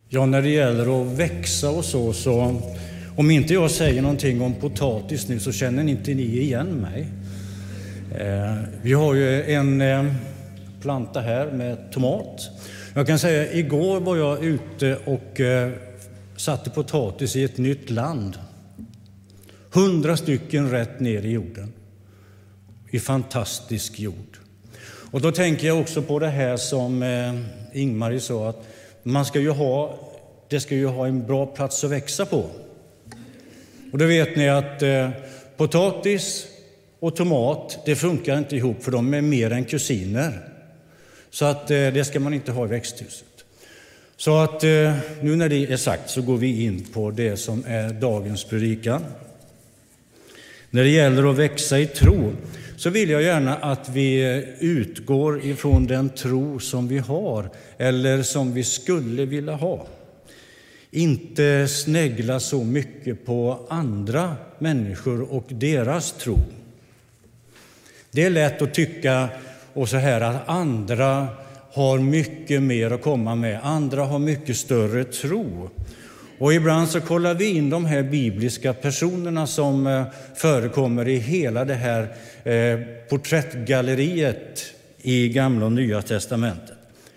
Ja, när det gäller att växa och så om inte jag säger någonting om potatis nu så känner inte ni igen mig. Vi har ju en planta här med tomat. Jag kan säga, igår var jag ute och satte potatis i ett nytt land. 100 stycken rätt ner i jorden. I fantastisk jord. Och då tänker jag också på det här som Ingmarie sa, att det ska ju ha en bra plats att växa på. Och då vet ni att potatis och tomat, det funkar inte ihop för de är mer än kusiner. Så att det ska man inte ha i växthuset. Så att nu när det är sagt så går vi in på det som är dagens predikan. När det gäller att växa i tro så vill jag gärna att vi utgår ifrån den tro som vi har eller som vi skulle vilja ha. Inte snegla så mycket på andra människor och deras tro. Det är lätt att tycka och så här att andra har mycket mer att komma med. Andra har mycket större tro. Och ibland så kollar vi in de här bibliska personerna som förekommer i hela det här porträttgalleriet i Gamla och Nya testamentet.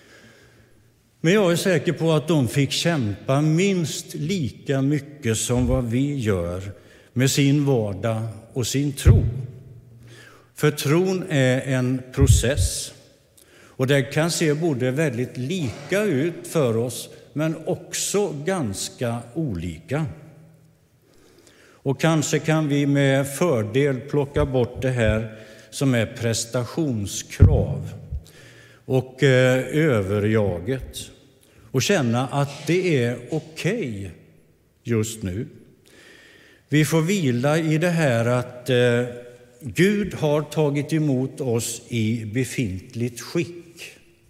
Men jag är säker på att de fick kämpa minst lika mycket som vad vi gör med sin vardag och sin tro. För tron är en process och det kan se både väldigt lika ut för oss men också ganska olika. Och kanske kan vi med fördel plocka bort det här som är prestationskrav och överjaget och känna att det är okej just nu. Vi får vila i det här att Gud har tagit emot oss i befintligt skick.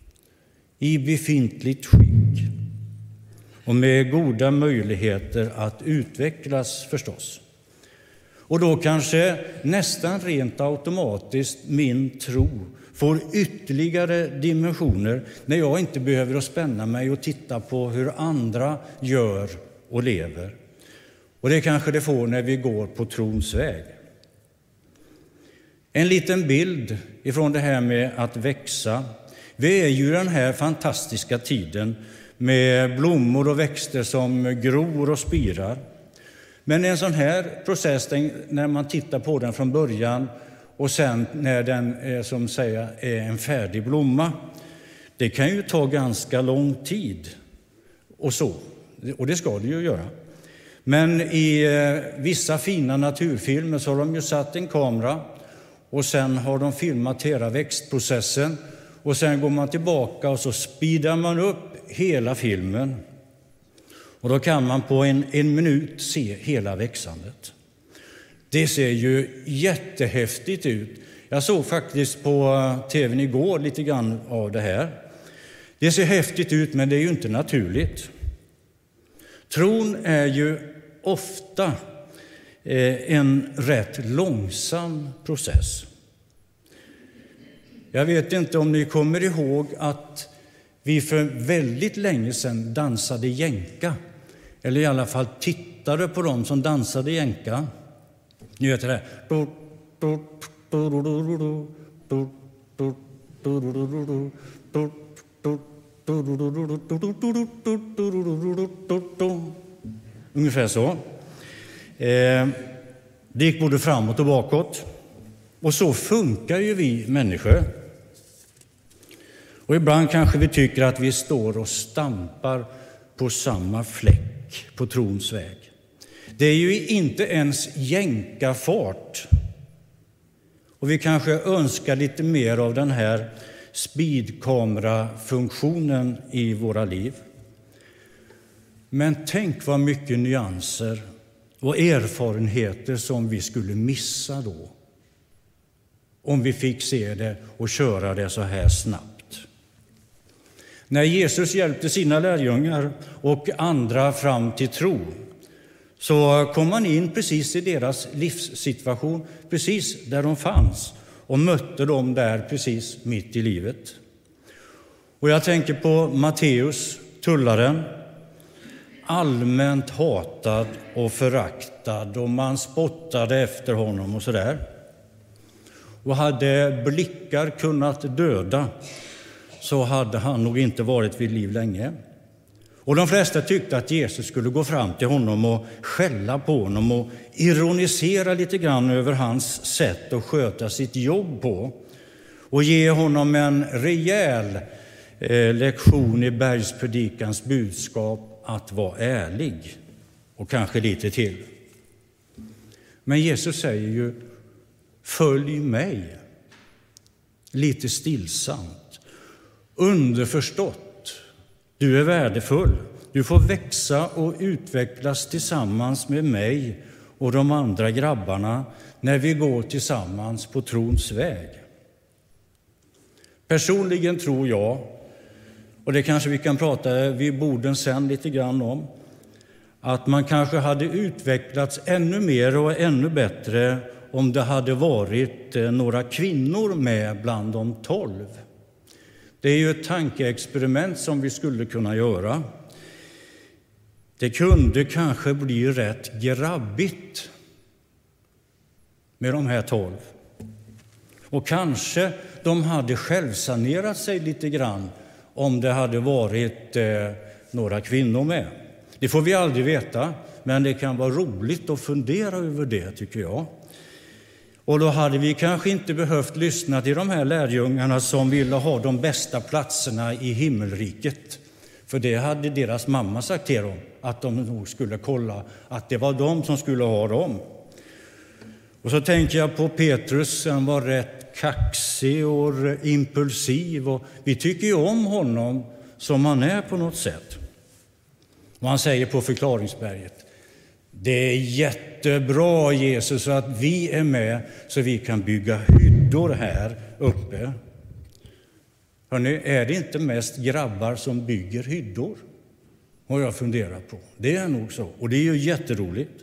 I befintligt skick. Och med goda möjligheter att utvecklas förstås. Och då kanske nästan rent automatiskt min tro får ytterligare dimensioner när jag inte behöver att spänna mig och titta på hur andra gör och lever. Och det kanske det får när vi går på trons väg. En liten bild ifrån det här med att växa. Vi är ju den här fantastiska tiden med blommor och växter som gror och spirar. Men en sån här process, när man tittar på den från början och sen när den är en färdig blomma, det kan ju ta ganska lång tid och så. Och det ska det ju göra. Men i vissa fina naturfilmer så har de ju satt en kamera och sen har de filmat hela växtprocessen och sen går man tillbaka och så speedar man upp hela filmen. Och då kan man på en minut se hela växandet. Det ser ju jättehäftigt ut. Jag såg faktiskt på tvn igår lite grann av det här. Det ser häftigt ut men det är ju inte naturligt. Tron är ju ofta en rätt långsam process. Jag vet inte om ni kommer ihåg att vi för väldigt länge sedan dansade jänka. Eller i alla fall tittade på dem som dansade jänka. Ni vet det där. Ungefär så. Det gick både framåt och bakåt. Och så funkar ju vi människor. Och ibland kanske vi tycker att vi står och stampar på samma fläck på trons väg. Det är ju inte ens jänkafart. Och vi kanske önskar lite mer av den här speedkamerafunktionen i våra liv. Men tänk vad mycket nyanser och erfarenheter som vi skulle missa då. Om vi fick se det och köra det så här snabbt. När Jesus hjälpte sina lärjungar och andra fram till tro så kom han in precis i deras livssituation, precis där de fanns och mötte dem där precis mitt i livet. Och jag tänker på Matteus, tullaren, allmänt hatad och föraktad och man spottade efter honom och sådär. Och hade blickar kunnat döda så hade han nog inte varit vid liv länge. Och de flesta tyckte att Jesus skulle gå fram till honom och skälla på honom och ironisera lite grann över hans sätt att sköta sitt jobb på och ge honom en rejäl lektion i bergspredikans budskap att vara ärlig och kanske lite till. Men Jesus säger ju: följ mig. Lite stillsamt. Underförstått. Du är värdefull. Du får växa och utvecklas tillsammans med mig och de andra grabbarna när vi går tillsammans på trons väg. Personligen tror jag, och det kanske vi kan prata vid borden sen lite grann om, att man kanske hade utvecklats ännu mer och ännu bättre om det hade varit några kvinnor med bland de 12. Det är ju ett tankeexperiment som vi skulle kunna göra. Det kunde kanske bli rätt grabbigt med de här 12. Och kanske de hade självsanerat sig lite grann om det hade varit några kvinnor med. Det får vi aldrig veta, men det kan vara roligt att fundera över det, tycker jag. Och då hade vi kanske inte behövt lyssna till de här lärjungarna som ville ha de bästa platserna i himmelriket. För det hade deras mamma sagt till dem, att de nog skulle kolla att det var de som skulle ha dem. Och så tänker jag på Petrus, han var rätt kaxig och impulsiv. Och vi tycker ju om honom som han är på något sätt. Och han säger på förklaringsberget: det är jättebra, Jesus, att vi är med så vi kan bygga hyddor här uppe. Hörrni, är det inte mest grabbar som bygger hyddor? Har jag funderat på. Det är nog så. Och det är ju jätteroligt.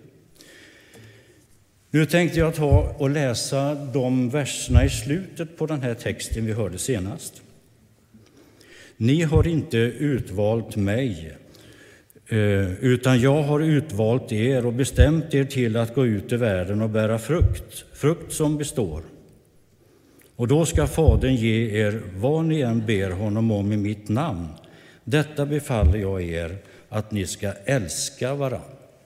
Nu tänkte jag ta och läsa de verserna i slutet på den här texten vi hörde senast. Ni har inte utvalt mig, utan jag har utvalt er och bestämt er till att gå ut i världen och bära frukt som består. Och då ska Fadern ge er vad ni än ber honom om i mitt namn. Detta befaller jag er, att ni ska älska varandra.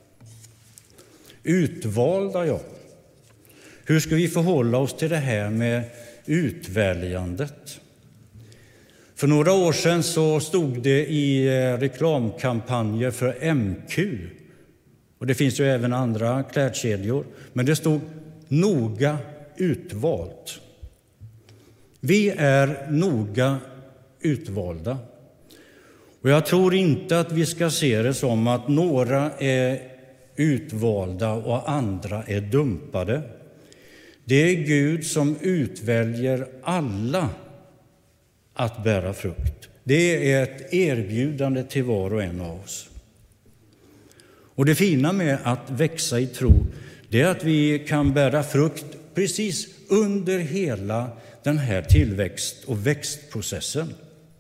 Utvalda, ja. Hur ska vi förhålla oss till det här med utväljandet? För några år sedan så stod det i reklamkampanjer för MQ. Och det finns ju även andra klädkedjor. Men det stod noga utvalt. Vi är noga utvalda. Och jag tror inte att vi ska se det som att några är utvalda och andra är dumpade. Det är Gud som utväljer alla att bära frukt. Det är ett erbjudande till var och en av oss. Och det fina med att växa i tro, det är att vi kan bära frukt precis under hela den här tillväxt- och växtprocessen.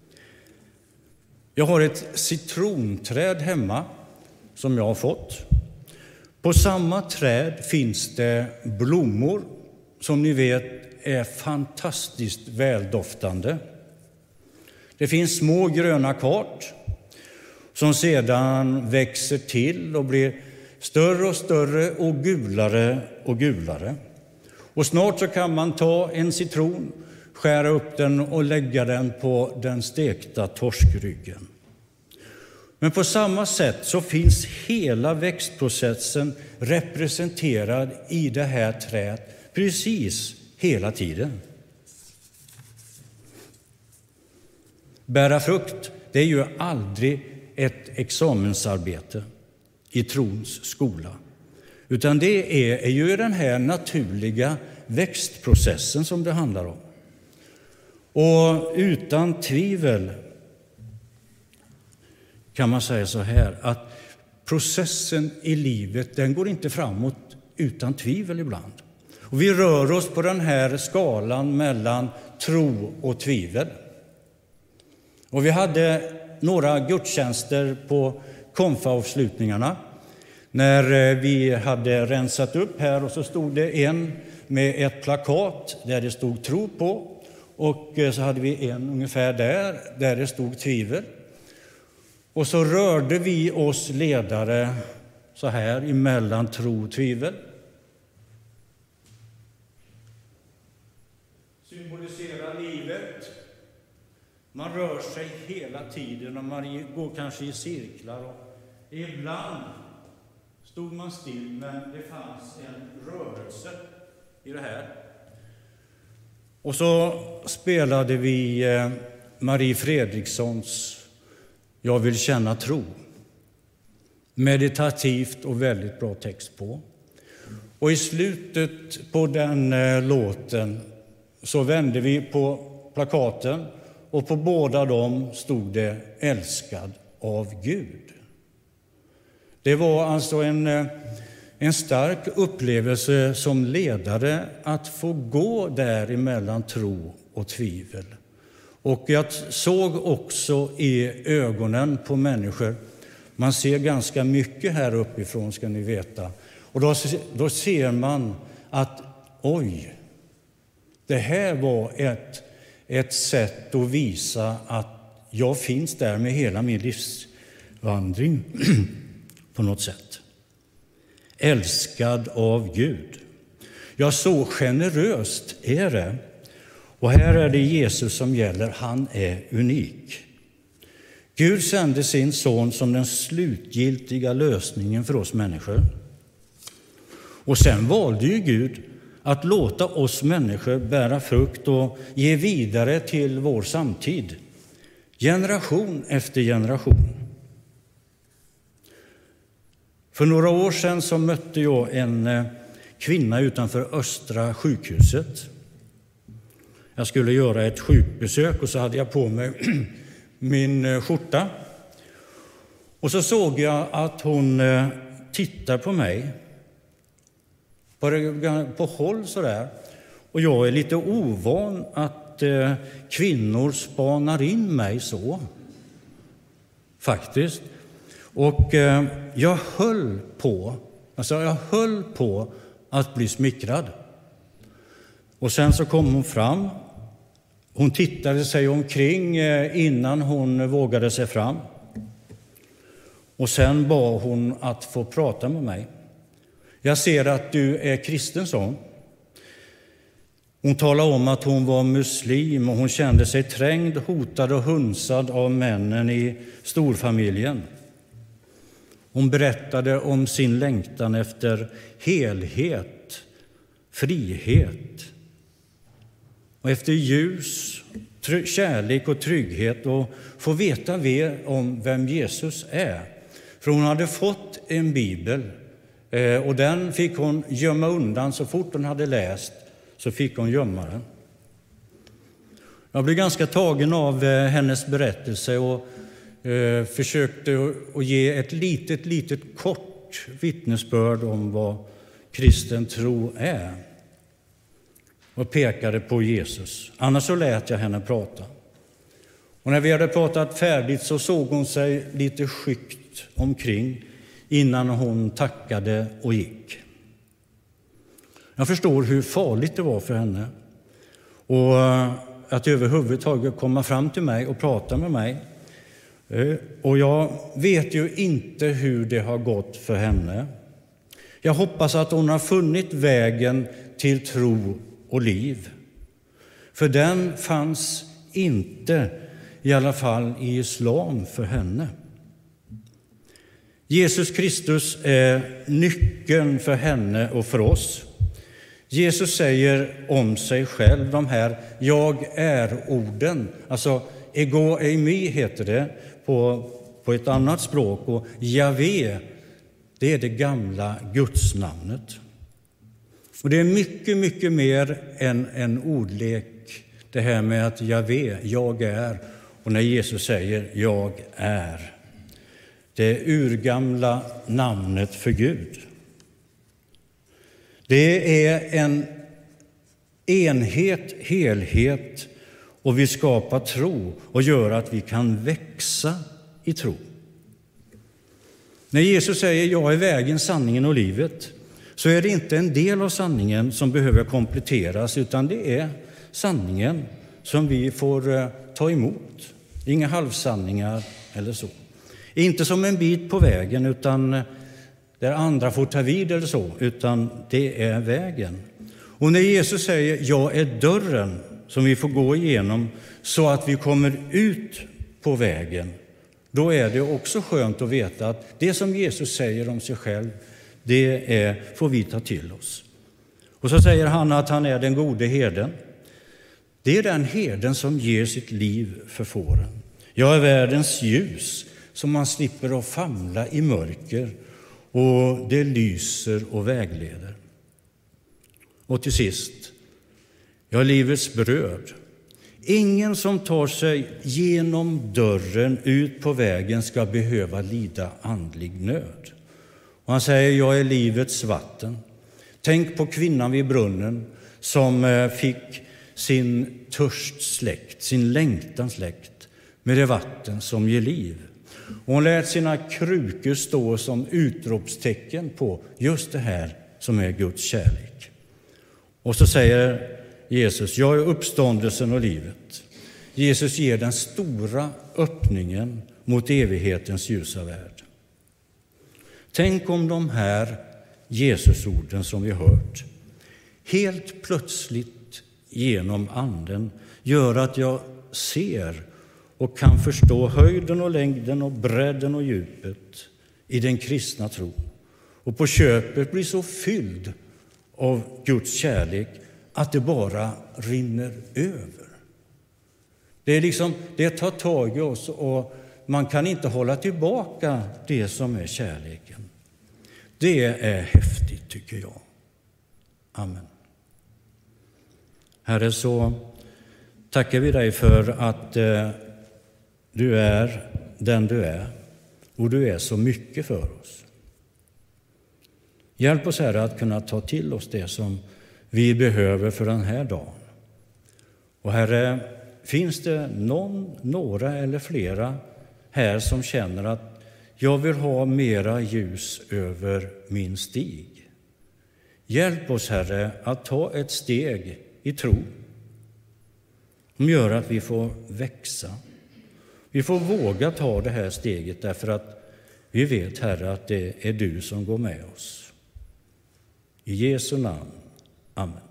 Jag har ett citronträd hemma som jag har fått. På samma träd finns det blommor som ni vet är fantastiskt väldoftande. Det finns små gröna kart som sedan växer till och blir större och större och gulare och gulare. Och snart så kan man ta en citron, skära upp den och lägga den på den stekta torskryggen. Men på samma sätt så finns hela växtprocessen representerad i det här trädet precis hela tiden. Bära frukt, det är ju aldrig ett examensarbete i trons skola. Utan det är ju den här naturliga växtprocessen som det handlar om. Och utan tvivel kan man säga så här, att processen i livet, den går inte framåt utan tvivel ibland. Och vi rör oss på den här skalan mellan tro och tvivel. Och vi hade några gudstjänster på konfavslutningarna när vi hade rensat upp här, och så stod det en med ett plakat där det stod tro på, och så hade vi en ungefär där det stod tvivel. Och så rörde vi oss ledare så här emellan tro och tvivel. Symboliserar livet. Man rör sig hela tiden och man går kanske i cirklar. Och ibland stod man still, men det fanns en rörelse i det här. Och så spelade vi Marie Fredrikssons Jag vill känna tro. Meditativt och väldigt bra text på. Och i slutet på den låten så vände vi på plakaten, och på båda dem stod det älskad av Gud. Det var alltså en stark upplevelse som ledare att få gå däremellan tro och tvivel. Och jag såg också i ögonen på människor, man ser ganska mycket här uppifrån ska ni veta, och då ser man att oj, det här var ett sätt att visa att jag finns där med hela min livsvandring på något sätt. Älskad av Gud. Ja, så generöst är det. Och här är det Jesus som gäller. Han är unik. Gud sände sin son som den slutgiltiga lösningen för oss människor. Och sen valde ju Gud att låta oss människor bära frukt och ge vidare till vår samtid. Generation efter generation. För några år sedan så mötte jag en kvinna utanför Östra sjukhuset. Jag skulle göra ett sjukbesök och så hade jag på mig min skjorta. Och så såg jag att hon tittar på mig på håll sådär. Och jag är lite ovan att kvinnor spanar in mig så. Faktiskt. Och jag höll på att bli smickrad. Och sen så kom hon fram. Hon tittade sig omkring innan hon vågade sig fram. Och sen bad hon att få prata med mig. Jag ser att du är kristen, sa hon. Hon talade om att hon var muslim och hon kände sig trängd, hotad och hunsad av männen i storfamiljen. Hon berättade om sin längtan efter helhet, frihet och efter ljus, kärlek och trygghet, och få veta mer om vem Jesus är. För hon hade fått en bibel och den fick hon gömma undan. Så fort hon hade läst så fick hon gömma den. Jag blev ganska tagen av hennes berättelse och försökte att ge ett litet kort vittnesbörd om vad kristen tro är. Och pekade på Jesus. Annars så lät jag henne prata. Och när vi hade pratat färdigt så såg hon sig lite skyggt omkring innan hon tackade och gick. Jag förstår hur farligt det var för henne. Och att överhuvudtaget komma fram till mig och prata med mig. Och jag vet ju inte hur det har gått för henne. Jag hoppas att hon har funnit vägen till tro och liv. För den fanns inte, i alla fall i islam, för henne. Jesus Kristus är nyckeln för henne och för oss. Jesus säger om sig själv de här jag är-orden. Alltså ego eimi heter det på ett annat språk. Och Javé, det är det gamla gudsnamnet. Och det är mycket, mycket mer än en ordlek. Det här med att Javé, jag är. Och när Jesus säger jag är. Det är urgamla namnet för Gud. Det är en enhet, helhet, och vi skapar tro och gör att vi kan växa i tro. När Jesus säger jag är vägen, sanningen och livet, så är det inte en del av sanningen som behöver kompletteras, utan det är sanningen som vi får ta emot. Inga halvsanningar eller så. Inte som en bit på vägen, utan där andra får ta vid eller så, utan det är vägen. Och när Jesus säger jag är dörren som vi får gå igenom så att vi kommer ut på vägen, då är det också skönt att veta att det som Jesus säger om sig själv, det får vi ta till oss. Och så säger han att han är den gode herden. Det är den herden som ger sitt liv för fåren. Jag är världens ljus, så man slipper att famla i mörker, och det lyser och vägleder. Och till sist, jag är livets bröd. Ingen som tar sig genom dörren ut på vägen ska behöva lida andlig nöd. Och han säger, jag är livets vatten. Tänk på kvinnan vid brunnen som fick sin törst släckt, sin längtan släckt med det vatten som ger liv. Och hon lät sina krukor stå som utropstecken på just det här som är Guds kärlek. Och så säger Jesus, jag är uppståndelsen och livet. Jesus ger den stora öppningen mot evighetens ljusa värld. Tänk om de här Jesusorden som vi hört helt plötsligt genom anden gör att jag ser och kan förstå höjden och längden och bredden och djupet i den kristna tron. Och på köpet blir så fylld av Guds kärlek att det bara rinner över. Det tar tag i oss och man kan inte hålla tillbaka det som är kärleken. Det är häftigt tycker jag. Amen. Herre, så tackar vi dig för att du är den du är och du är så mycket för oss. Hjälp oss, Herre, att kunna ta till oss det som vi behöver för den här dagen. Och Herre, finns det några eller flera här som känner att jag vill ha mera ljus över min stig? Hjälp oss, Herre, att ta ett steg i tro som gör att vi får växa. Vi får våga ta det här steget därför att vi vet, Herre, att det är du som går med oss. I Jesu namn. Amen.